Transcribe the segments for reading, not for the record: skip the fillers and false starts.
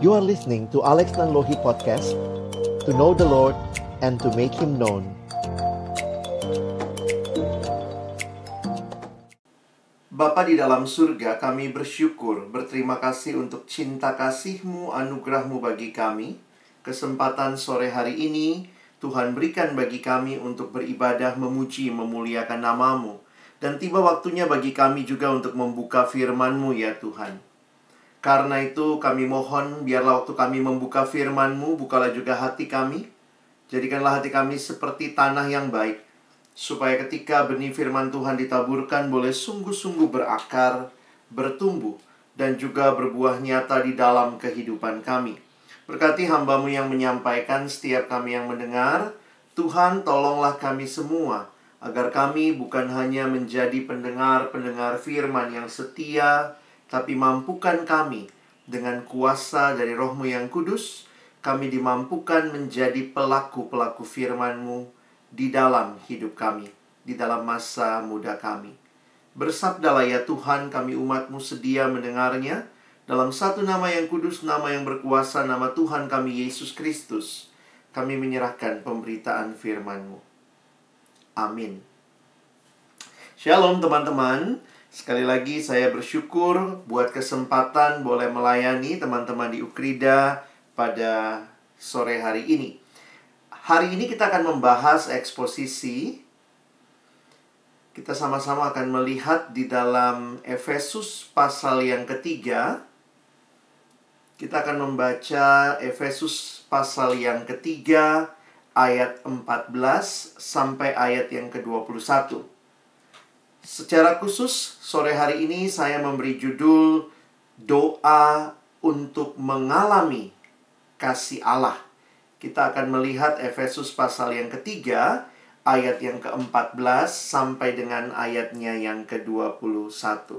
You are listening to Alex Nanlohi Podcast, to know the Lord and to make Him known. Bapa di dalam surga, kami bersyukur, berterima kasih untuk cinta kasih-Mu, anugerah-Mu bagi kami. Kesempatan sore hari ini, Tuhan berikan bagi kami untuk beribadah, memuji, memuliakan nama-Mu. Dan tiba waktunya bagi kami juga untuk membuka firman-Mu ya Tuhan. Karena itu kami mohon, biarlah waktu kami membuka firman-Mu, bukalah juga hati kami. Jadikanlah hati kami seperti tanah yang baik, supaya ketika benih firman Tuhan ditaburkan boleh sungguh-sungguh berakar, bertumbuh, dan juga berbuah nyata di dalam kehidupan kami. Berkati hamba-Mu yang menyampaikan, setiap kami yang mendengar. Tuhan, tolonglah kami semua, agar kami bukan hanya menjadi pendengar-pendengar firman yang setia, tapi mampukan kami dengan kuasa dari Roh-Mu yang kudus, kami dimampukan menjadi pelaku-pelaku firman-Mu di dalam hidup kami, di dalam masa muda kami. Bersabdalah ya Tuhan, kami umat-Mu sedia mendengarnya. Dalam satu nama yang kudus, nama yang berkuasa, nama Tuhan kami Yesus Kristus, kami menyerahkan pemberitaan firman-Mu. Amin. Shalom teman-teman. Sekali lagi saya bersyukur buat kesempatan boleh melayani teman-teman di Ukrida pada sore hari ini. Hari ini kita akan membahas eksposisi. Kita sama-sama akan melihat di dalam Efesus pasal yang ketiga. Kita akan membaca Efesus pasal yang ketiga ayat 14 sampai ayat yang ke-21. Secara khusus, sore hari ini saya memberi judul Doa untuk mengalami kasih Allah. Kita akan melihat Efesus pasal yang ketiga, ayat yang ke-14 sampai dengan ayatnya yang ke-21.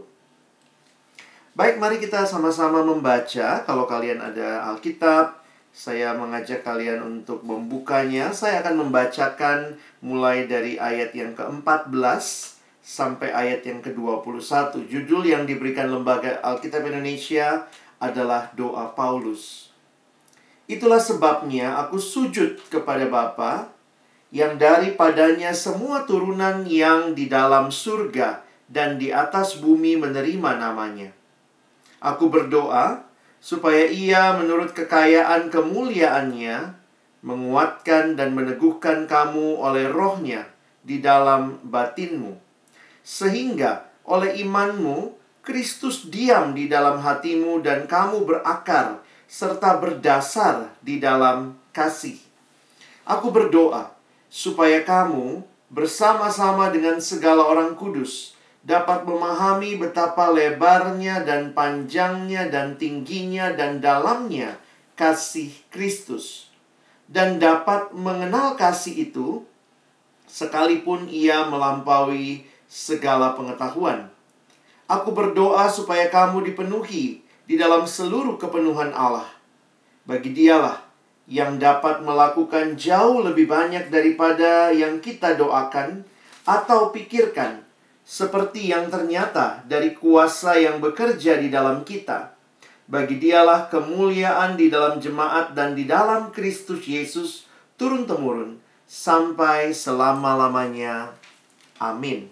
Baik, mari kita sama-sama membaca. Kalau kalian ada Alkitab, saya mengajak kalian untuk membukanya. Saya akan membacakan mulai dari ayat yang ke-14 sampai ayat yang ke-21. Judul yang diberikan Lembaga Alkitab Indonesia adalah Doa Paulus. Itulah sebabnya aku sujud kepada Bapa, yang daripadanya semua turunan yang di dalam surga dan di atas bumi menerima namanya. Aku berdoa supaya Ia menurut kekayaan kemuliaannya menguatkan dan meneguhkan kamu oleh Roh-Nya di dalam batinmu, sehingga oleh imanmu, Kristus diam di dalam hatimu dan kamu berakar serta berdasar di dalam kasih. Aku berdoa supaya kamu bersama-sama dengan segala orang kudus dapat memahami betapa lebarnya dan panjangnya dan tingginya dan dalamnya kasih Kristus, dan dapat mengenal kasih itu sekalipun ia melampaui segala pengetahuan. Aku berdoa supaya kamu dipenuhi di dalam seluruh kepenuhan Allah. Bagi Dialah yang dapat melakukan jauh lebih banyak daripada yang kita doakan atau pikirkan, seperti yang ternyata dari kuasa yang bekerja di dalam kita. Bagi Dialah kemuliaan di dalam jemaat dan di dalam Kristus Yesus turun-temurun sampai selama-lamanya. Amin.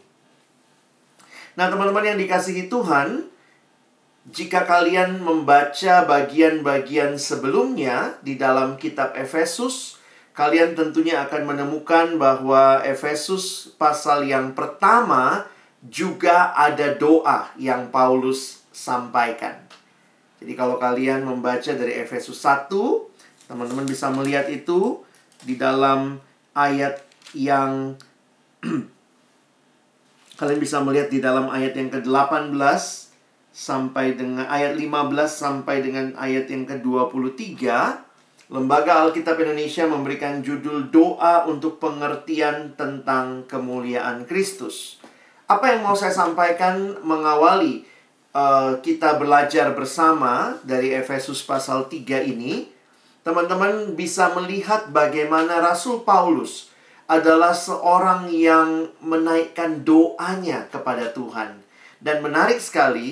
Nah, teman-teman yang dikasihi Tuhan, jika kalian membaca bagian-bagian sebelumnya di dalam kitab Efesus, kalian tentunya akan menemukan bahwa Efesus pasal yang pertama juga ada doa yang Paulus sampaikan. Jadi kalau kalian membaca dari Efesus 1, teman-teman bisa melihat itu di dalam ayat yang kalian bisa melihat di dalam ayat yang ke-18 sampai dengan ayat 15 sampai dengan ayat yang ke-23. Lembaga Alkitab Indonesia memberikan judul Doa untuk Pengertian tentang Kemuliaan Kristus. Apa yang mau saya sampaikan mengawali kita belajar bersama dari Efesus pasal 3 ini? Teman-teman bisa melihat bagaimana Rasul Paulus adalah seorang yang menaikkan doanya kepada Tuhan. Dan menarik sekali,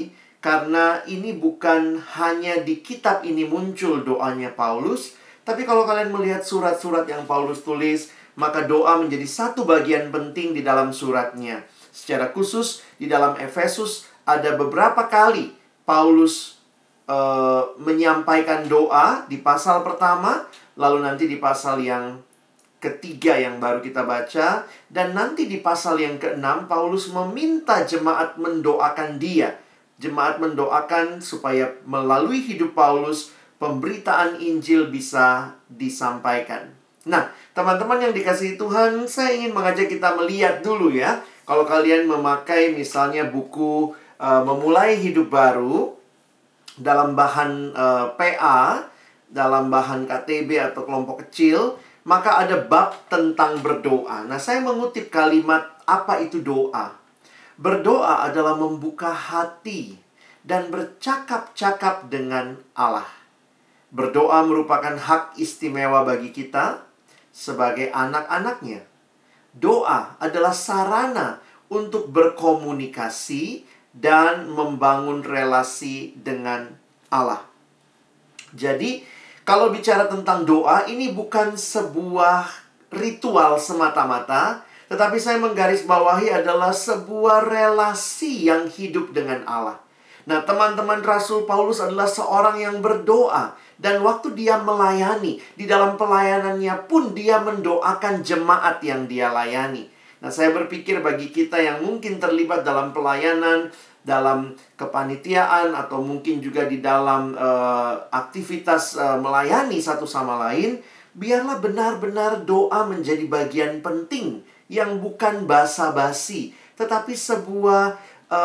Karena ini bukan hanya di kitab ini muncul doanya Paulus, tapi kalau kalian melihat surat-surat yang Paulus tulis, maka doa menjadi satu bagian penting di dalam suratnya. Secara khusus, di dalam Efesus ada beberapa kali Paulus menyampaikan doa di pasal pertama, lalu nanti di pasal yang ketiga yang baru kita baca, dan nanti di pasal yang ke-6 Paulus meminta jemaat mendoakan dia. Jemaat mendoakan supaya melalui hidup Paulus pemberitaan Injil bisa disampaikan. Nah, teman-teman yang dikasihi Tuhan, saya ingin mengajak kita melihat dulu ya. Kalau kalian memakai misalnya buku Memulai Hidup Baru dalam bahan PA, dalam bahan KTB atau kelompok kecil, maka ada bab tentang berdoa. Nah, saya mengutip kalimat apa itu doa. Berdoa adalah membuka hati dan bercakap-cakap dengan Allah. Berdoa merupakan hak istimewa bagi kita sebagai anak-anaknya. Doa adalah sarana untuk berkomunikasi dan membangun relasi dengan Allah. Jadi, kalau bicara tentang doa, ini bukan sebuah ritual semata-mata, tetapi saya menggarisbawahi adalah sebuah relasi yang hidup dengan Allah. Nah, teman-teman Rasul Paulus adalah seorang yang berdoa. Dan waktu dia melayani, di dalam pelayanannya pun dia mendoakan jemaat yang dia layani. Nah, saya berpikir bagi kita yang mungkin terlibat dalam pelayanan, dalam kepanitiaan, atau mungkin juga di dalam aktivitas melayani satu sama lain, biarlah benar-benar doa menjadi bagian penting yang bukan basa-basi, tetapi sebuah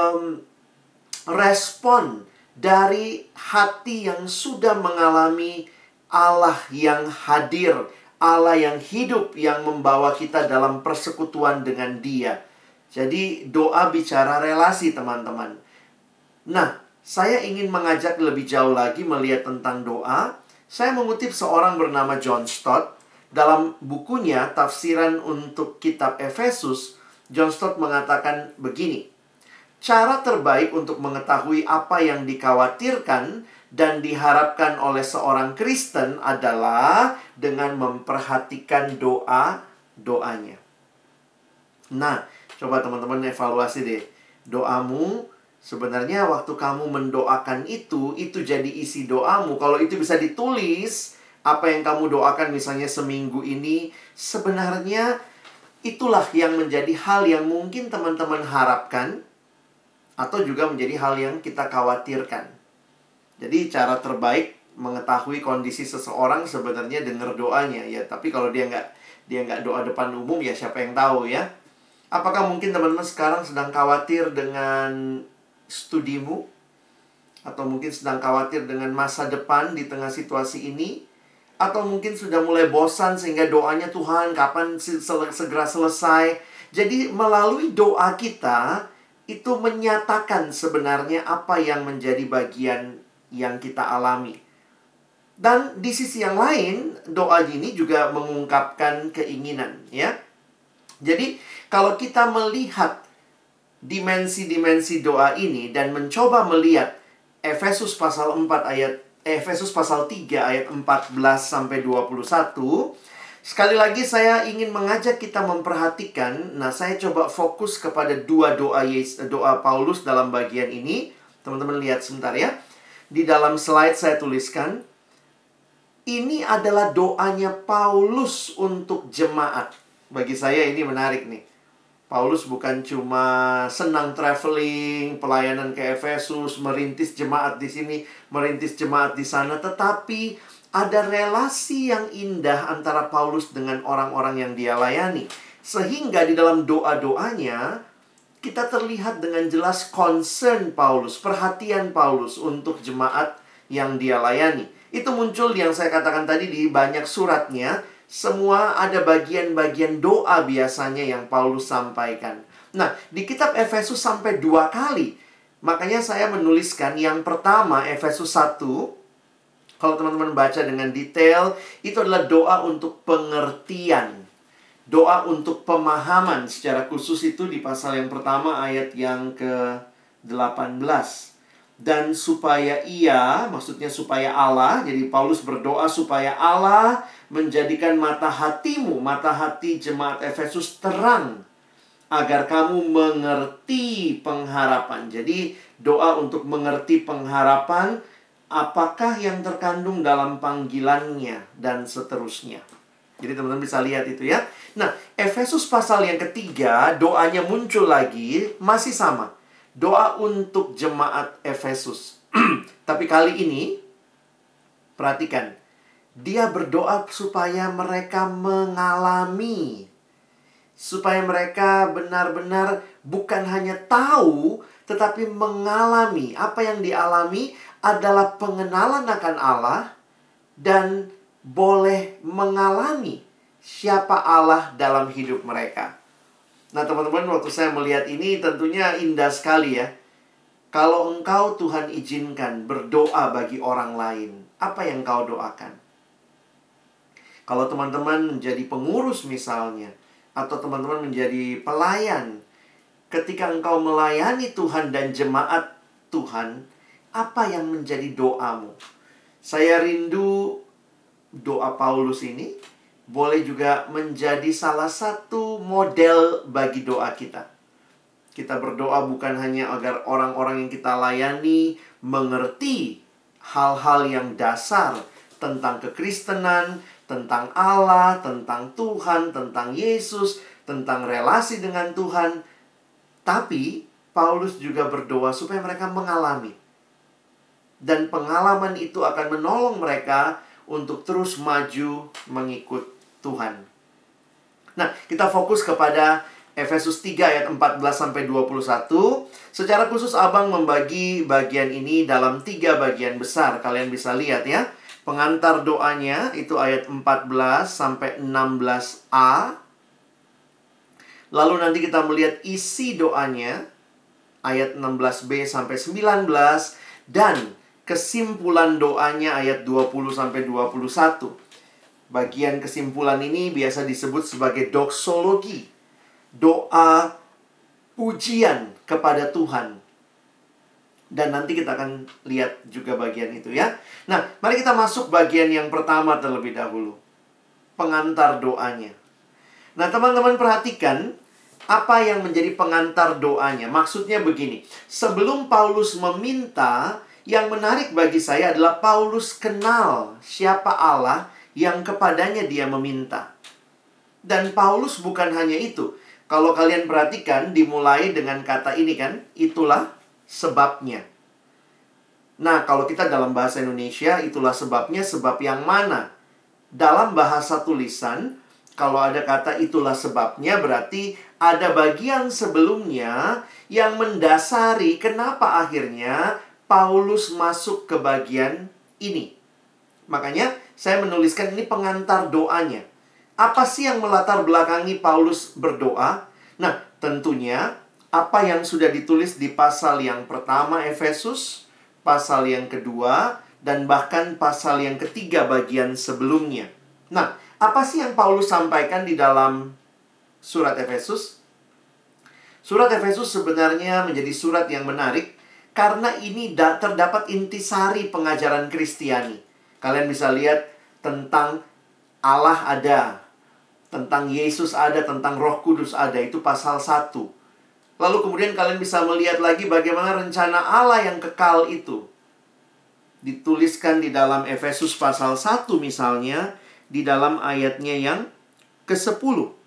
respon dari hati yang sudah mengalami Allah yang hadir, Allah yang hidup, yang membawa kita dalam persekutuan dengan Dia. Jadi doa bicara relasi, teman-teman. Nah, saya ingin mengajak lebih jauh lagi melihat tentang doa. Saya mengutip seorang bernama John Stott. Dalam bukunya, Tafsiran untuk Kitab Efesus, John Stott mengatakan begini. Cara terbaik untuk mengetahui apa yang dikhawatirkan dan diharapkan oleh seorang Kristen adalah dengan memperhatikan doanya. Nah, coba teman-teman evaluasi deh. Doamu sebenarnya waktu kamu mendoakan itu jadi isi doamu. Kalau itu bisa ditulis, apa yang kamu doakan misalnya seminggu ini, sebenarnya itulah yang menjadi hal yang mungkin teman-teman harapkan, atau juga menjadi hal yang kita khawatirkan. Jadi cara terbaik mengetahui kondisi seseorang sebenarnya dengar doanya ya. Tapi kalau dia nggak doa depan umum, ya siapa yang tahu ya. Apakah mungkin teman-teman sekarang sedang khawatir dengan studimu? Atau mungkin sedang khawatir dengan masa depan di tengah situasi ini? Atau mungkin sudah mulai bosan sehingga doanya, Tuhan kapan segera selesai? Jadi melalui doa kita itu menyatakan sebenarnya apa yang menjadi bagian yang kita alami. Dan di sisi yang lain, doa ini juga mengungkapkan keinginan ya. Jadi kalau kita melihat dimensi-dimensi doa ini dan mencoba melihat Efesus pasal 3 ayat 14 sampai 21, sekali lagi saya ingin mengajak kita memperhatikan. Nah, saya coba fokus kepada dua doa Paulus dalam bagian ini. Teman-teman lihat sebentar ya. Di dalam slide saya tuliskan, ini adalah doanya Paulus untuk jemaat. Bagi saya ini menarik nih. Paulus bukan cuma senang traveling, pelayanan ke Efesus, merintis jemaat di sini, merintis jemaat di sana, tetapi ada relasi yang indah antara Paulus dengan orang-orang yang dia layani. Sehingga di dalam doa-doanya, kita terlihat dengan jelas concern Paulus, perhatian Paulus untuk jemaat yang dia layani. Itu muncul yang saya katakan tadi di banyak suratnya. Semua ada bagian-bagian doa biasanya yang Paulus sampaikan. Nah, di kitab Efesus sampai 2 kali. Makanya saya menuliskan yang pertama, Efesus 1. Kalau teman-teman baca dengan detail, itu adalah doa untuk pengertian. Doa untuk pemahaman. Secara khusus itu di pasal yang pertama ayat yang ke-18. Dan supaya maksudnya supaya Allah, jadi Paulus berdoa supaya Allah menjadikan mata hatimu, mata hati jemaat Efesus terang, agar kamu mengerti pengharapan. Jadi doa untuk mengerti pengharapan, apakah yang terkandung dalam panggilannya, dan seterusnya. Jadi teman-teman bisa lihat itu ya. Nah, Efesus pasal yang ketiga, doanya muncul lagi, masih sama. Doa untuk jemaat Efesus. Tapi kali ini, perhatikan. Dia berdoa supaya mereka mengalami. Supaya mereka benar-benar bukan hanya tahu, tetapi mengalami. Apa yang dialami adalah pengenalan akan Allah dan boleh mengalami siapa Allah dalam hidup mereka. Nah teman-teman, waktu saya melihat ini tentunya indah sekali ya. Kalau engkau Tuhan izinkan berdoa bagi orang lain, apa yang kau doakan? Kalau teman-teman menjadi pengurus misalnya, atau teman-teman menjadi pelayan, ketika engkau melayani Tuhan dan jemaat Tuhan, apa yang menjadi doamu? Saya rindu doa Paulus ini boleh juga menjadi salah satu model bagi doa kita. Kita berdoa bukan hanya agar orang-orang yang kita layani mengerti hal-hal yang dasar tentang kekristenan, tentang Allah, tentang Tuhan, tentang Yesus, tentang relasi dengan Tuhan. Tapi Paulus juga berdoa supaya mereka mengalami. Dan pengalaman itu akan menolong mereka untuk terus maju mengikut Tuhan. Nah, kita fokus kepada Efesus 3 ayat 14-21. Secara khusus Abang membagi bagian ini dalam 3 bagian besar. Kalian bisa lihat ya. Pengantar doanya itu ayat 14-16a. Lalu nanti kita melihat isi doanya ayat 16b-19. Dan kesimpulan doanya ayat 20-21. Bagian kesimpulan ini biasa disebut sebagai doksologi. Doa pujian kepada Tuhan. Dan nanti kita akan lihat juga bagian itu ya. Nah, mari kita masuk bagian yang pertama terlebih dahulu. Pengantar doanya. Nah, teman-teman perhatikan apa yang menjadi pengantar doanya. Maksudnya begini. Sebelum Paulus meminta, yang menarik bagi saya adalah Paulus kenal siapa Allah yang kepadanya dia meminta. Dan Paulus bukan hanya itu. Kalau kalian perhatikan, dimulai dengan kata ini kan, itulah sebabnya. Nah, kalau kita dalam bahasa Indonesia, itulah sebabnya, sebab yang mana? Dalam bahasa tulisan, kalau ada kata itulah sebabnya, berarti ada bagian sebelumnya yang mendasari kenapa akhirnya Paulus masuk ke bagian ini. Makanya saya menuliskan ini pengantar doanya. Apa sih yang melatar belakangi Paulus berdoa? Nah, tentunya apa yang sudah ditulis di pasal yang pertama Efesus, pasal yang kedua, dan bahkan pasal yang ketiga bagian sebelumnya. Nah, apa sih yang Paulus sampaikan di dalam surat Efesus? Surat Efesus sebenarnya menjadi surat yang menarik karena ini terdapat intisari pengajaran Kristiani. Kalian bisa lihat tentang Allah ada, tentang Yesus ada, tentang Roh Kudus ada. Itu pasal 1. Lalu kemudian kalian bisa melihat lagi bagaimana rencana Allah yang kekal itu dituliskan di dalam Efesus pasal 1 misalnya, di dalam ayatnya yang ke-10.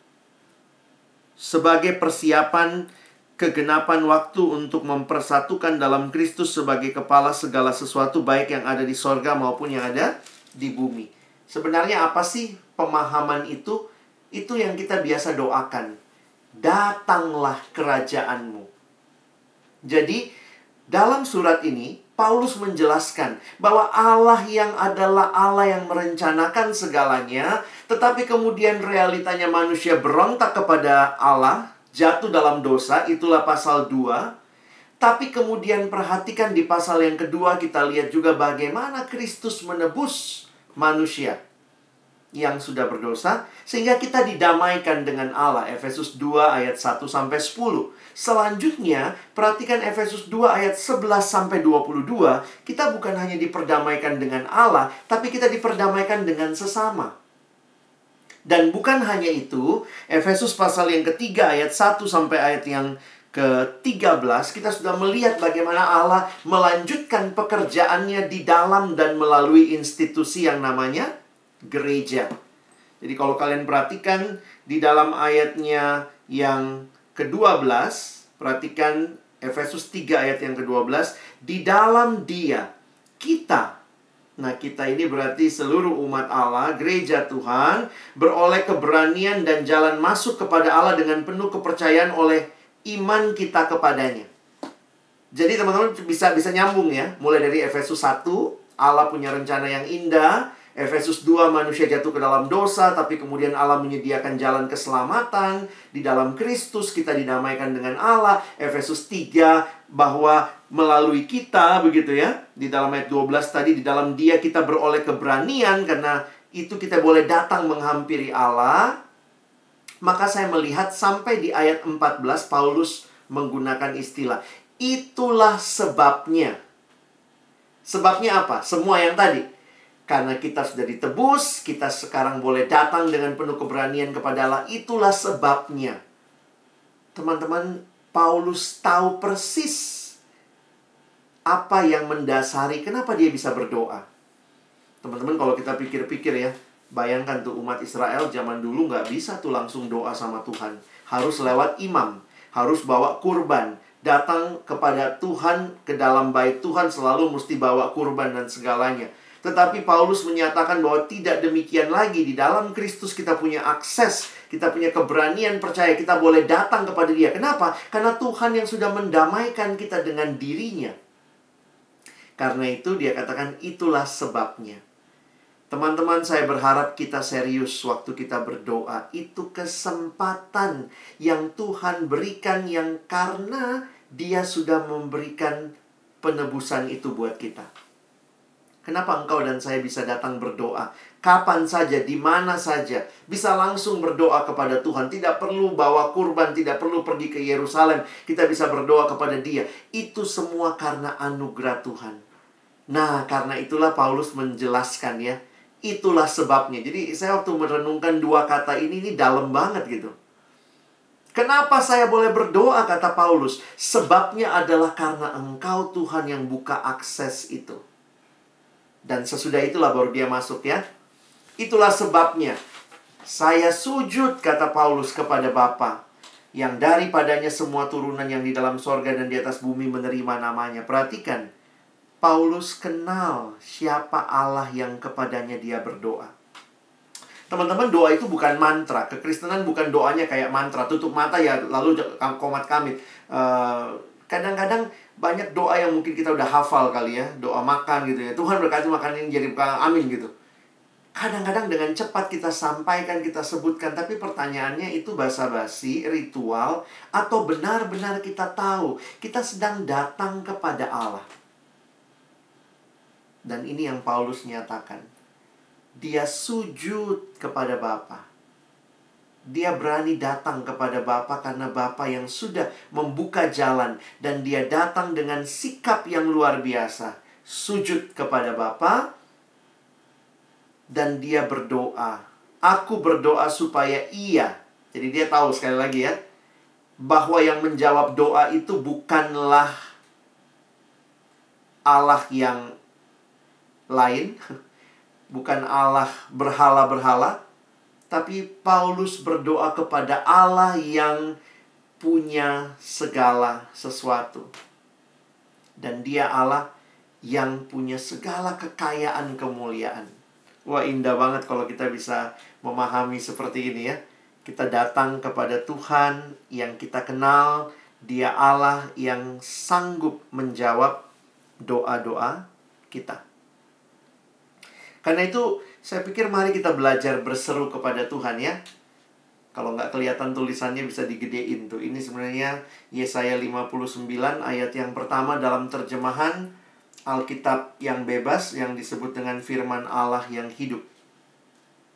Sebagai persiapan kegenapan waktu untuk mempersatukan dalam Kristus sebagai kepala segala sesuatu, baik yang ada di sorga maupun yang ada di bumi. Sebenarnya apa sih pemahaman itu? Itu yang kita biasa doakan. Datanglah kerajaanmu. Jadi, dalam surat ini, Paulus menjelaskan bahwa Allah yang adalah Allah yang merencanakan segalanya, tetapi kemudian realitanya manusia berontak kepada Allah, jatuh dalam dosa, itulah pasal 2. Tapi kemudian perhatikan di pasal yang kedua, kita lihat juga bagaimana Kristus menebus manusia. yang sudah berdosa, sehingga kita didamaikan dengan Allah. Efesus 2 ayat 1 sampai 10. Selanjutnya, perhatikan Efesus 2 ayat 11 sampai 22. Kita bukan hanya diperdamaikan dengan Allah, tapi kita diperdamaikan dengan sesama. Dan bukan hanya itu, Efesus pasal yang ketiga ayat 1 sampai ayat yang ke-13, kita sudah melihat bagaimana Allah melanjutkan pekerjaannya di dalam dan melalui institusi yang namanya gereja. Jadi kalau kalian perhatikan di dalam ayatnya yang ke-12, perhatikan Efesus 3 ayat yang ke-12, di dalam Dia kita, nah kita ini berarti seluruh umat Allah, gereja Tuhan, beroleh keberanian dan jalan masuk kepada Allah dengan penuh kepercayaan oleh iman kita kepadanya. Jadi teman-teman bisa nyambung ya. Mulai dari Efesus 1, Allah punya rencana yang indah. Efesus 2, manusia jatuh ke dalam dosa, tapi kemudian Allah menyediakan jalan keselamatan. Di dalam Kristus kita didamaikan dengan Allah. Efesus 3, bahwa melalui kita, begitu ya. Di dalam ayat 12 tadi, di dalam Dia kita beroleh keberanian, karena itu kita boleh datang menghampiri Allah. Maka saya melihat sampai di ayat 14, Paulus menggunakan istilah, itulah sebabnya. Sebabnya apa? Semua yang tadi. Karena kita sudah ditebus, kita sekarang boleh datang dengan penuh keberanian kepada Allah. Itulah sebabnya. Teman-teman, Paulus tahu persis apa yang mendasari kenapa dia bisa berdoa. Teman-teman, kalau kita pikir-pikir ya, bayangkan tuh umat Israel zaman dulu nggak bisa tuh langsung doa sama Tuhan. Harus lewat imam, harus bawa kurban. Datang kepada Tuhan, ke dalam bait Tuhan selalu mesti bawa kurban dan segalanya. Tetapi Paulus menyatakan bahwa tidak demikian lagi. Di dalam Kristus kita punya akses, kita punya keberanian percaya, kita boleh datang kepada Dia. Kenapa? Karena Tuhan yang sudah mendamaikan kita dengan dirinya. Karena itu dia katakan itulah sebabnya. Teman-teman, saya berharap kita serius waktu kita berdoa. Itu kesempatan yang Tuhan berikan, yang karena Dia sudah memberikan penebusan itu buat kita. Kenapa engkau dan saya bisa datang berdoa? Kapan saja, di mana saja. Bisa langsung berdoa kepada Tuhan. Tidak perlu bawa kurban, tidak perlu pergi ke Yerusalem. Kita bisa berdoa kepada Dia. Itu semua karena anugerah Tuhan. Nah, karena itulah Paulus menjelaskan ya. Itulah sebabnya. Jadi saya waktu merenungkan dua kata ini dalam banget gitu. Kenapa saya boleh berdoa, kata Paulus? Sebabnya adalah karena engkau Tuhan yang buka akses itu. Dan sesudah itulah baru dia masuk ya. Itulah sebabnya saya sujud, kata Paulus, kepada Bapa, yang daripadanya semua turunan yang di dalam sorga dan di atas bumi menerima namanya. Perhatikan, Paulus kenal siapa Allah yang kepadanya dia berdoa. Teman-teman, doa itu bukan mantra. Kekristenan bukan doanya kayak mantra. Tutup mata ya, lalu komat kamit. Kadang-kadang banyak doa yang mungkin kita udah hafal kali ya. Doa makan gitu ya. Tuhan berkati makan ini jadi amin gitu. Kadang-kadang dengan cepat kita sampaikan, kita sebutkan. Tapi pertanyaannya itu basa-basi, ritual, atau benar-benar kita tahu kita sedang datang kepada Allah. Dan ini yang Paulus nyatakan. Dia sujud kepada Bapa. Dia berani datang kepada Bapa karena Bapa yang sudah membuka jalan. Dan dia datang dengan sikap yang luar biasa. Sujud kepada Bapa. Dan dia berdoa. Aku berdoa supaya Ia. Jadi dia tahu sekali lagi ya. Bahwa yang menjawab doa itu bukanlah Allah yang lain. Bukan Allah berhala-berhala. Tapi Paulus berdoa kepada Allah yang punya segala sesuatu. Dan Dia Allah yang punya segala kekayaan kemuliaan. Wah, indah banget kalau kita bisa memahami seperti ini ya. Kita datang kepada Tuhan yang kita kenal. Dia Allah yang sanggup menjawab doa-doa kita. Karena itu saya pikir mari kita belajar berseru kepada Tuhan ya. Kalau nggak kelihatan tulisannya bisa digedein tuh. Ini sebenarnya Yesaya 59 ayat yang pertama dalam terjemahan Alkitab yang bebas, yang disebut dengan firman Allah yang hidup.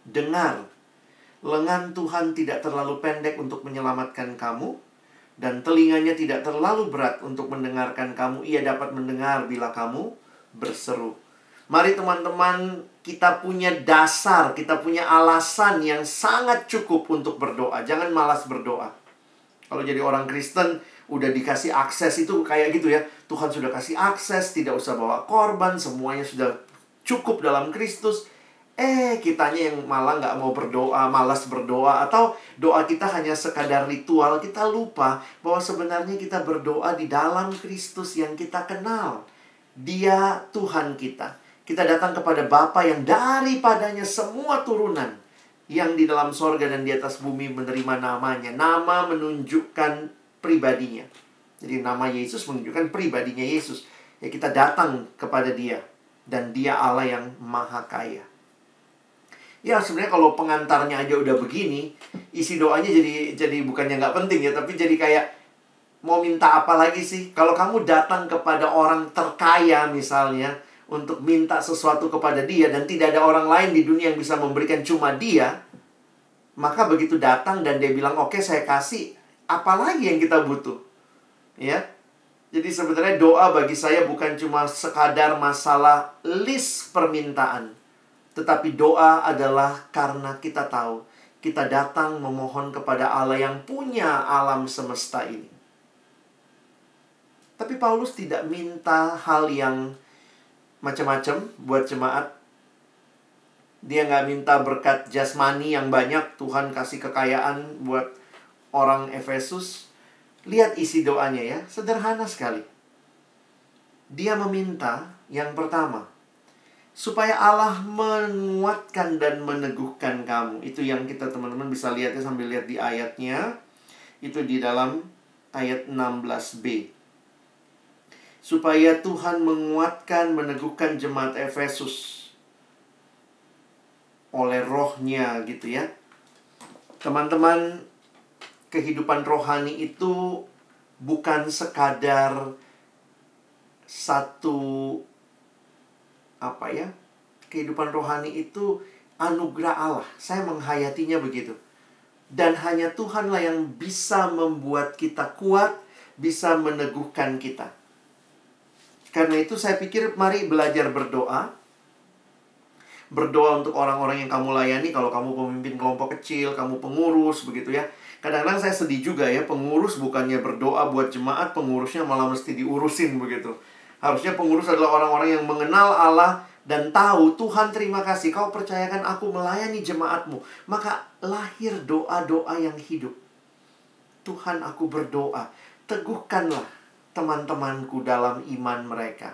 Dengar, lengan Tuhan tidak terlalu pendek untuk menyelamatkan kamu, dan telinganya tidak terlalu berat untuk mendengarkan kamu. Ia dapat mendengar bila kamu berseru. Mari teman-teman, kita punya dasar, kita punya alasan yang sangat cukup untuk berdoa. Jangan malas berdoa. Kalau jadi orang Kristen, udah dikasih akses itu kayak gitu ya. Tuhan sudah kasih akses, tidak usah bawa korban, semuanya sudah cukup dalam Kristus. Kitanya yang malah nggak mau berdoa, malas berdoa, atau doa kita hanya sekadar ritual. Kita lupa bahwa sebenarnya kita berdoa di dalam Kristus yang kita kenal. Dia Tuhan kita. Kita datang kepada Bapa yang daripadanya semua turunan yang di dalam sorga dan di atas bumi menerima namanya. Nama menunjukkan pribadinya. Jadi nama Yesus menunjukkan pribadinya Yesus. Ya, kita datang kepada Dia. Dan Dia Allah yang maha kaya. Ya sebenarnya kalau pengantarnya aja udah begini, isi doanya jadi bukannya nggak penting ya, tapi jadi kayak mau minta apa lagi sih? Kalau kamu datang kepada orang terkaya misalnya, untuk minta sesuatu kepada dia, dan tidak ada orang lain di dunia yang bisa memberikan, cuma dia, maka begitu datang dan dia bilang, oke, saya kasih, apalagi yang kita butuh? Ya. Jadi sebenarnya doa bagi saya bukan cuma sekadar masalah list permintaan, tetapi doa adalah karena kita tahu kita datang memohon kepada Allah yang punya alam semesta ini. Tapi Paulus tidak minta hal yang macam-macam buat jemaat. Dia nggak minta berkat jasmani yang banyak, Tuhan kasih kekayaan buat orang Efesus. Lihat isi doanya ya, sederhana sekali. Dia meminta yang pertama, supaya Allah menguatkan dan meneguhkan kamu. Itu yang kita teman-teman bisa lihat ya, sambil lihat di ayatnya. Itu di dalam ayat 16b. Supaya Tuhan menguatkan, meneguhkan jemaat Efesus oleh rohnya gitu ya. Teman-teman, kehidupan rohani itu bukan sekadar satu kehidupan rohani itu anugerah Allah. Saya menghayatinya begitu. Dan hanya Tuhanlah yang bisa membuat kita kuat, bisa meneguhkan kita. Karena itu saya pikir mari belajar berdoa. Berdoa untuk orang-orang yang kamu layani. Kalau kamu pemimpin kelompok kecil, kamu pengurus, begitu ya. Kadang-kadang saya sedih juga ya, pengurus bukannya berdoa buat jemaat, pengurusnya malah mesti diurusin begitu. Harusnya pengurus adalah orang-orang yang mengenal Allah dan tahu, Tuhan terima kasih, kau percayakan aku melayani jemaatmu. Maka lahir doa-doa yang hidup. Tuhan, aku berdoa, teguhkanlah teman-temanku dalam iman mereka.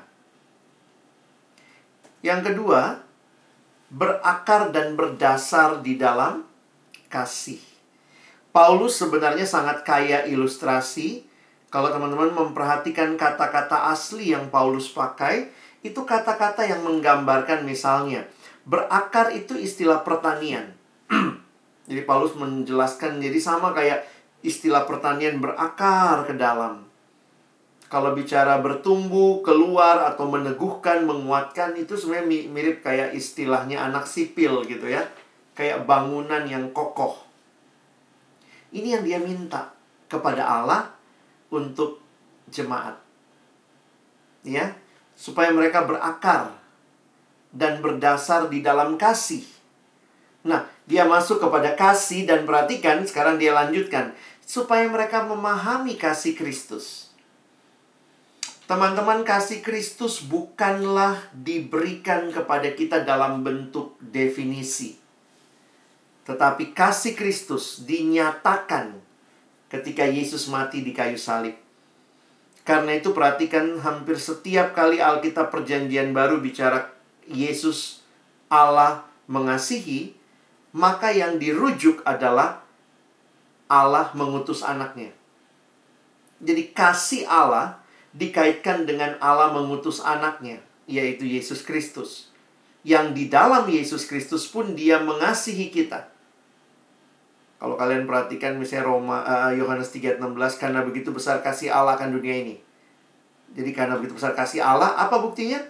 Yang kedua, berakar dan berdasar di dalam kasih. Paulus sebenarnya sangat kaya ilustrasi. Kalau teman-teman memperhatikan kata-kata asli yang Paulus pakai, itu kata-kata yang menggambarkan misalnya, berakar itu istilah pertanian. Jadi Paulus menjelaskan, jadi sama kayak istilah pertanian berakar ke dalam. Kalau bicara bertumbuh, keluar, atau meneguhkan, menguatkan, itu sebenarnya mirip kayak istilahnya anak sipil gitu ya. Kayak bangunan yang kokoh. Ini yang dia minta kepada Allah untuk jemaat. Ya, supaya mereka berakar dan berdasar di dalam kasih. Nah, dia masuk kepada kasih dan perhatikan, sekarang dia lanjutkan. Supaya mereka memahami kasih Kristus. Teman-teman, kasih Kristus bukanlah diberikan kepada kita dalam bentuk definisi. Tetapi kasih Kristus dinyatakan ketika Yesus mati di kayu salib. Karena itu perhatikan, hampir setiap kali Alkitab Perjanjian Baru bicara Yesus Allah mengasihi, maka yang dirujuk adalah Allah mengutus anaknya. Jadi kasih Allah dikaitkan dengan Allah mengutus anaknya, yaitu Yesus Kristus. Yang di dalam Yesus Kristus pun dia mengasihi kita. Kalau kalian perhatikan misalnya Yohanes 3:16, karena begitu besar kasih Allah akan dunia ini. Jadi karena begitu besar kasih Allah, apa buktinya?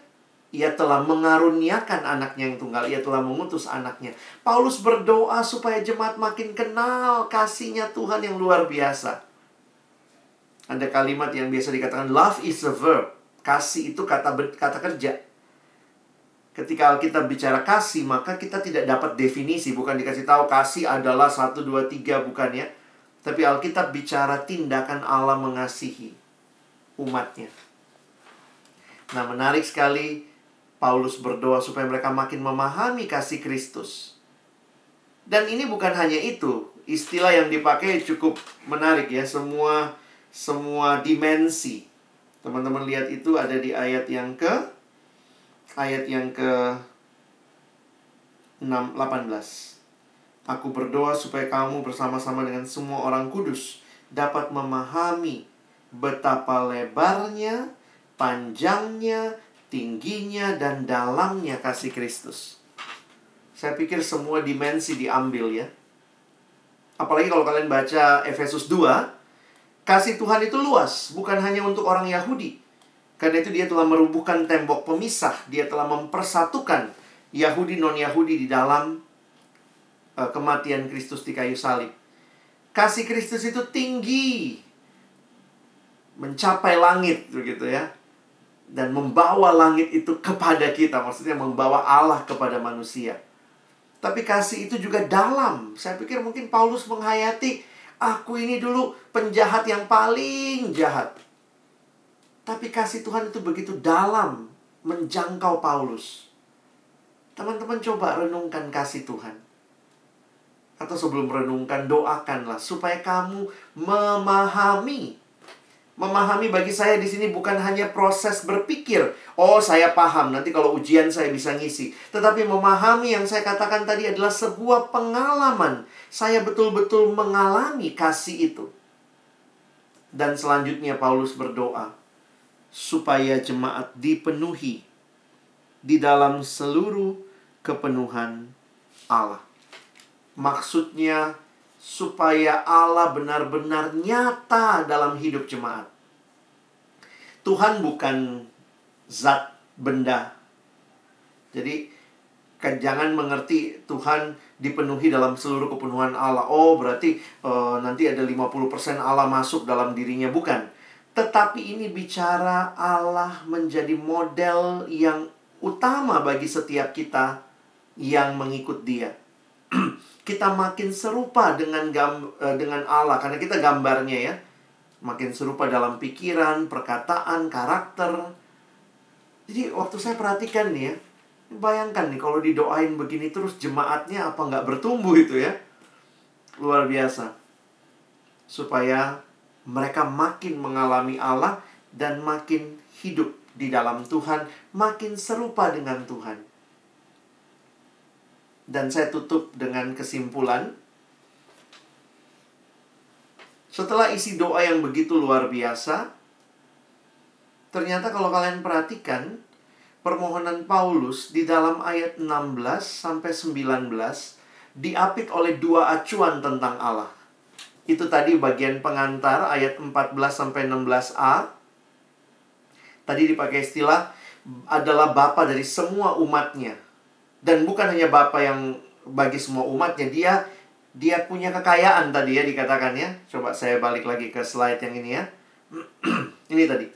Ia telah mengaruniakan anaknya yang tunggal. Ia telah mengutus anaknya. Paulus berdoa supaya jemaat makin kenal kasih-Nya Tuhan yang luar biasa. Ada kalimat yang biasa dikatakan, love is a verb. Kasih itu kata kerja. Ketika Alkitab bicara kasih, maka kita tidak dapat definisi. Bukan dikasih tahu kasih adalah 1, 2, 3, bukan ya. Tapi Alkitab bicara tindakan Allah mengasihi umatnya. Nah, menarik sekali. Paulus berdoa supaya mereka makin memahami kasih Kristus. Dan ini bukan hanya itu. Istilah yang dipakai cukup menarik ya. Semua dimensi. Teman-teman lihat itu ada di ayat yang ke 18. Aku berdoa supaya kamu bersama-sama dengan semua orang kudus dapat memahami betapa lebarnya, panjangnya, tingginya, dan dalamnya kasih Kristus. Saya pikir semua dimensi diambil ya. Apalagi kalau kalian baca Efesus 2, kasih Tuhan itu luas, bukan hanya untuk orang Yahudi. Karena itu dia telah merubuhkan tembok pemisah. Dia telah mempersatukan Yahudi non-Yahudi di dalam kematian Kristus di kayu salib. Kasih Kristus itu tinggi, mencapai langit begitu ya. Dan membawa langit itu kepada kita. Maksudnya membawa Allah kepada manusia. Tapi kasih itu juga dalam. Saya pikir mungkin Paulus menghayati, aku ini dulu penjahat yang paling jahat. Tapi kasih Tuhan itu begitu dalam, menjangkau Paulus. Teman-teman coba renungkan kasih Tuhan. Atau sebelum renungkan, doakanlah supaya kamu memahami. Memahami bagi saya di sini bukan hanya proses berpikir, oh saya paham, nanti kalau ujian saya bisa ngisi. Tetapi memahami yang saya katakan tadi adalah sebuah pengalaman. Saya betul-betul mengalami kasih itu. Dan selanjutnya Paulus berdoa supaya jemaat dipenuhi di dalam seluruh kepenuhan Allah. Maksudnya supaya Allah benar-benar nyata dalam hidup jemaat. Tuhan bukan zat benda. Jadi jangan mengerti Tuhan dipenuhi dalam seluruh kepenuhan Allah. Oh, berarti nanti ada 50% Allah masuk dalam dirinya. Bukan. Tetapi ini bicara Allah menjadi model yang utama bagi setiap kita yang mengikut Dia. Kita makin serupa dengan Allah karena kita gambarnya ya. Makin serupa dalam pikiran, perkataan, karakter. Jadi waktu saya perhatikan nih ya, bayangkan nih kalau didoain begini terus jemaatnya apa nggak bertumbuh itu ya. Luar biasa. Supaya mereka makin mengalami Allah dan makin hidup di dalam Tuhan, makin serupa dengan Tuhan. Dan saya tutup dengan kesimpulan. Setelah isi doa yang begitu luar biasa, ternyata kalau kalian perhatikan, permohonan Paulus di dalam ayat 16 sampai 19 diapit oleh dua acuan tentang Allah. Itu tadi bagian pengantar ayat 14 sampai 16a. Tadi dipakai istilah adalah Bapa dari semua umatnya. Dan bukan hanya Bapa yang bagi semua umatnya, dia punya kekayaan tadi ya dikatakan ya. Coba saya balik lagi ke slide yang ini ya. Ini tadi.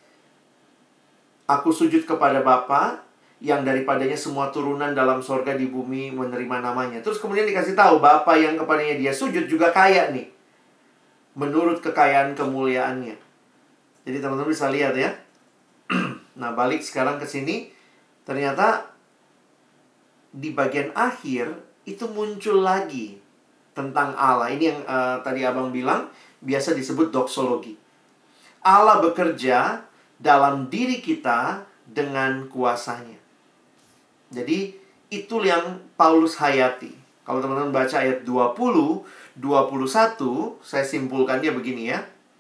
Aku sujud kepada Bapa yang daripadanya semua turunan dalam sorga di bumi menerima namanya. Terus kemudian dikasih tahu Bapa yang kepadanya dia sujud juga kaya nih, menurut kekayaan kemuliaannya. Jadi teman-teman bisa lihat ya. Nah, balik sekarang ke sini. Ternyata di bagian akhir itu muncul lagi tentang Allah. Ini yang tadi abang bilang biasa disebut doksologi. Allah bekerja dalam diri kita dengan kuasanya. Jadi itu yang Paulus hayati. Kalau teman-teman baca ayat 20, 21, saya simpulkannya begini ya.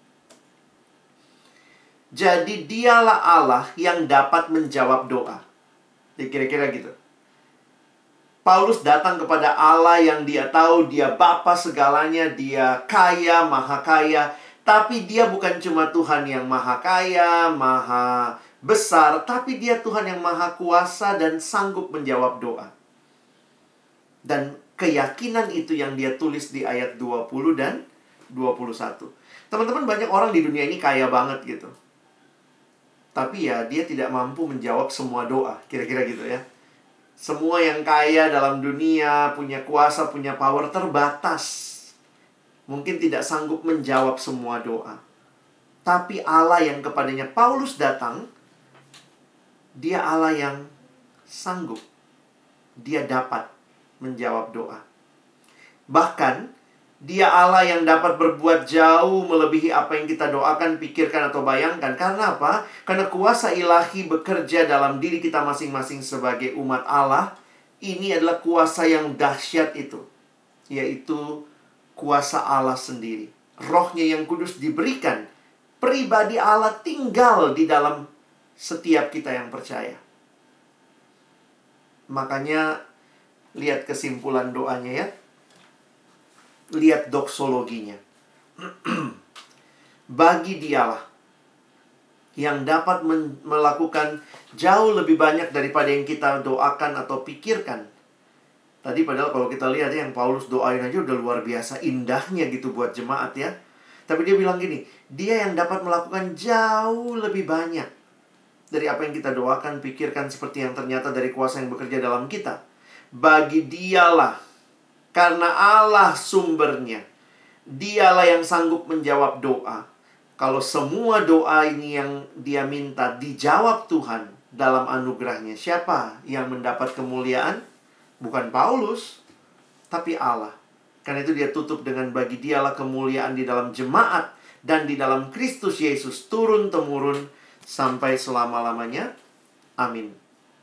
Jadi dialah Allah yang dapat menjawab doa. Jadi kira-kira gitu. Paulus datang kepada Allah yang dia tahu dia Bapa segalanya, dia kaya, maha kaya. Tapi dia bukan cuma Tuhan yang maha kaya, maha besar, tapi dia Tuhan yang maha kuasa dan sanggup menjawab doa. Dan keyakinan itu yang dia tulis di ayat 20 dan 21. Teman-teman, banyak orang di dunia ini kaya banget gitu. Tapi ya dia tidak mampu menjawab semua doa. Kira-kira gitu ya. Semua yang kaya dalam dunia, punya kuasa, punya power terbatas. Mungkin tidak sanggup menjawab semua doa. Tapi Allah yang kepadanya Paulus datang, dia Allah yang sanggup. Dia dapat menjawab doa. Bahkan, dia Allah yang dapat berbuat jauh melebihi apa yang kita doakan, pikirkan, atau bayangkan. Karena apa? Karena kuasa ilahi bekerja dalam diri kita masing-masing sebagai umat Allah. Ini adalah kuasa yang dahsyat itu. Yaitu kuasa Allah sendiri. Rohnya yang kudus diberikan. Pribadi Allah tinggal di dalam setiap kita yang percaya. Makanya lihat kesimpulan doanya ya. Lihat doksologinya. Bagi dialah yang dapat melakukan jauh lebih banyak daripada yang kita doakan atau pikirkan. Tadi padahal kalau kita lihat ya, yang Paulus doain aja udah luar biasa indahnya gitu buat jemaat ya. Tapi dia bilang gini, dia yang dapat melakukan jauh lebih banyak dari apa yang kita doakan, pikirkan, seperti yang ternyata dari kuasa yang bekerja dalam kita. Bagi dialah, karena Allah sumbernya, dialah yang sanggup menjawab doa. Kalau semua doa ini yang dia minta dijawab Tuhan dalam anugerahnya, siapa yang mendapat kemuliaan? Bukan Paulus, tapi Allah. Karena itu dia tutup dengan bagi dialah kemuliaan di dalam jemaat dan di dalam Kristus Yesus turun-temurun sampai selama-lamanya. Amin.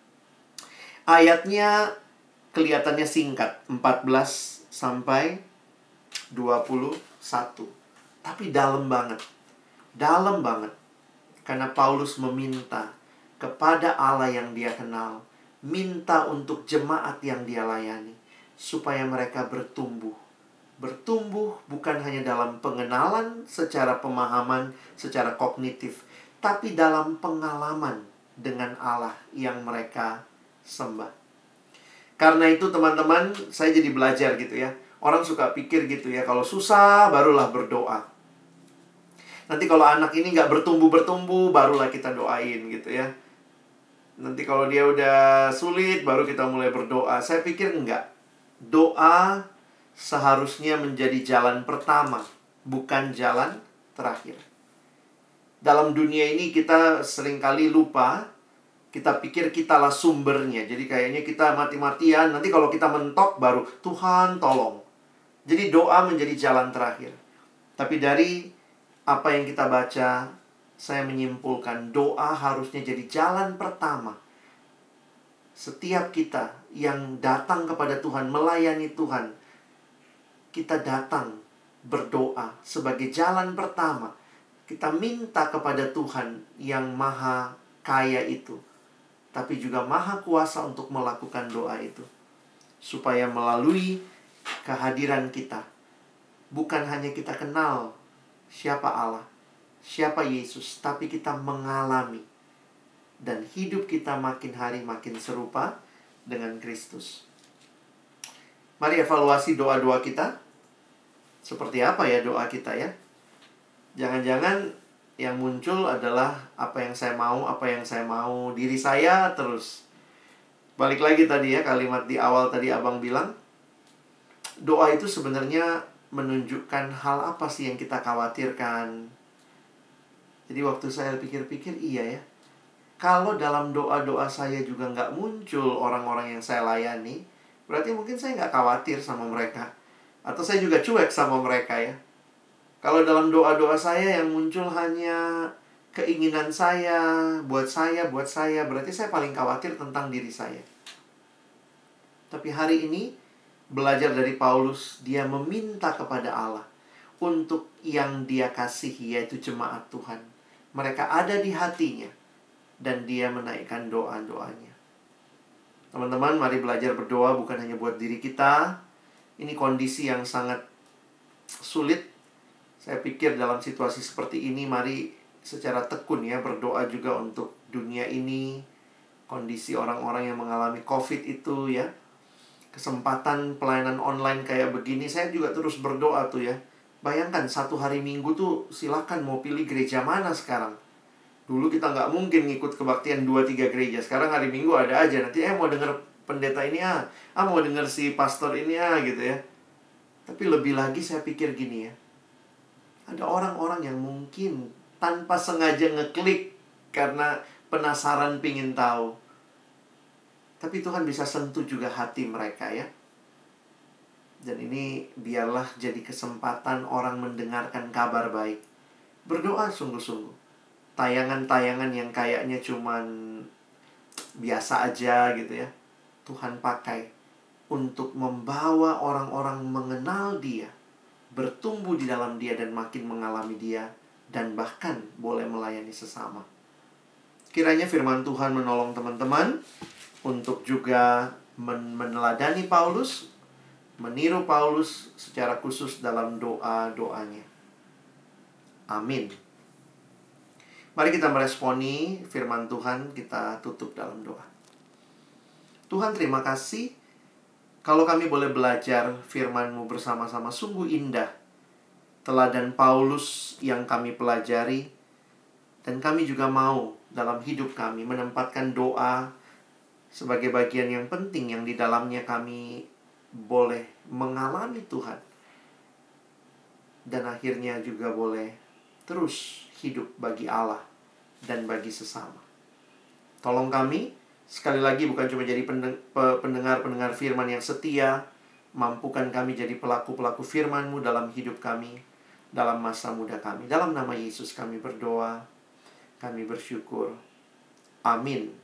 Ayatnya kelihatannya singkat, 14 sampai 21. Tapi dalam banget. Dalam banget. Karena Paulus meminta kepada Allah yang dia kenal, minta untuk jemaat yang dia layani, supaya mereka bertumbuh. Bertumbuh bukan hanya dalam pengenalan secara pemahaman, secara kognitif, tapi dalam pengalaman dengan Allah yang mereka sembah. Karena itu teman-teman, saya jadi belajar gitu ya. Orang suka pikir gitu ya, kalau susah barulah berdoa. Nanti kalau anak ini nggak bertumbuh-bertumbuh, barulah kita doain gitu ya. Nanti kalau dia udah sulit, baru kita mulai berdoa. Saya pikir enggak. Doa seharusnya menjadi jalan pertama, bukan jalan terakhir. Dalam dunia ini kita seringkali lupa. Kita pikir kitalah sumbernya. Jadi kayaknya kita mati-matian. Nanti kalau kita mentok baru, Tuhan tolong. Jadi doa menjadi jalan terakhir. Tapi dari apa yang kita baca, saya menyimpulkan doa harusnya jadi jalan pertama. Setiap kita yang datang kepada Tuhan, melayani Tuhan, kita datang berdoa sebagai jalan pertama. Kita minta kepada Tuhan yang maha kaya itu, tapi juga maha kuasa untuk melakukan doa itu. Supaya melalui kehadiran kita, bukan hanya kita kenal siapa Allah, siapa Yesus, tapi kita mengalami. Dan hidup kita makin hari makin serupa dengan Kristus. Mari evaluasi doa-doa kita. Seperti apa ya doa kita ya? Jangan-jangan yang muncul adalah apa yang saya mau, diri saya terus. Balik lagi tadi ya, kalimat di awal tadi abang bilang, doa itu sebenarnya menunjukkan hal apa sih yang kita khawatirkan. Jadi waktu saya pikir-pikir, iya ya, kalau dalam doa-doa saya juga nggak muncul orang-orang yang saya layani, berarti mungkin saya nggak khawatir sama mereka. Atau saya juga cuek sama mereka ya. Kalau dalam doa-doa saya yang muncul hanya keinginan saya, buat saya, berarti saya paling khawatir tentang diri saya. Tapi hari ini, belajar dari Paulus, dia meminta kepada Allah untuk yang dia kasihi, yaitu jemaat Tuhan. Mereka ada di hatinya, dan dia menaikkan doa-doanya. Teman-teman, mari belajar berdoa bukan hanya buat diri kita. Ini kondisi yang sangat sulit. Saya pikir dalam situasi seperti ini, mari secara tekun ya berdoa juga untuk dunia ini, kondisi orang-orang yang mengalami COVID itu ya. Kesempatan pelayanan online kayak begini, saya juga terus berdoa tuh ya. Bayangkan satu hari Minggu tuh silakan mau pilih gereja mana sekarang. Dulu kita nggak mungkin ngikut kebaktian 2-3 gereja. Sekarang hari Minggu ada aja. Nanti mau denger pendeta ini mau denger si pastor ini gitu ya. Tapi lebih lagi saya pikir gini ya. Ada orang-orang yang mungkin tanpa sengaja ngeklik karena penasaran pingin tahu. Tapi Tuhan bisa sentuh juga hati mereka ya. Dan ini biarlah jadi kesempatan orang mendengarkan kabar baik. Berdoa sungguh-sungguh. Tayangan-tayangan yang kayaknya cuman biasa aja gitu ya, Tuhan pakai untuk membawa orang-orang mengenal Dia, bertumbuh di dalam Dia dan makin mengalami Dia, dan bahkan boleh melayani sesama. Kiranya firman Tuhan menolong teman-teman untuk juga meneladani Paulus, meniru Paulus secara khusus dalam doa-doanya. Amin. Mari kita meresponi firman Tuhan, kita tutup dalam doa. Tuhan, terima kasih kalau kami boleh belajar firman-Mu bersama-sama. Sungguh indah teladan Paulus yang kami pelajari. Dan kami juga mau dalam hidup kami menempatkan doa sebagai bagian yang penting yang di dalamnya kami boleh mengalami Tuhan. Dan akhirnya juga boleh terus hidup bagi Allah dan bagi sesama. Tolong kami, sekali lagi bukan cuma jadi pendengar-pendengar firman yang setia, mampukan kami jadi pelaku-pelaku firman-Mu dalam hidup kami, dalam masa muda kami. Dalam nama Yesus kami berdoa, kami bersyukur. Amin.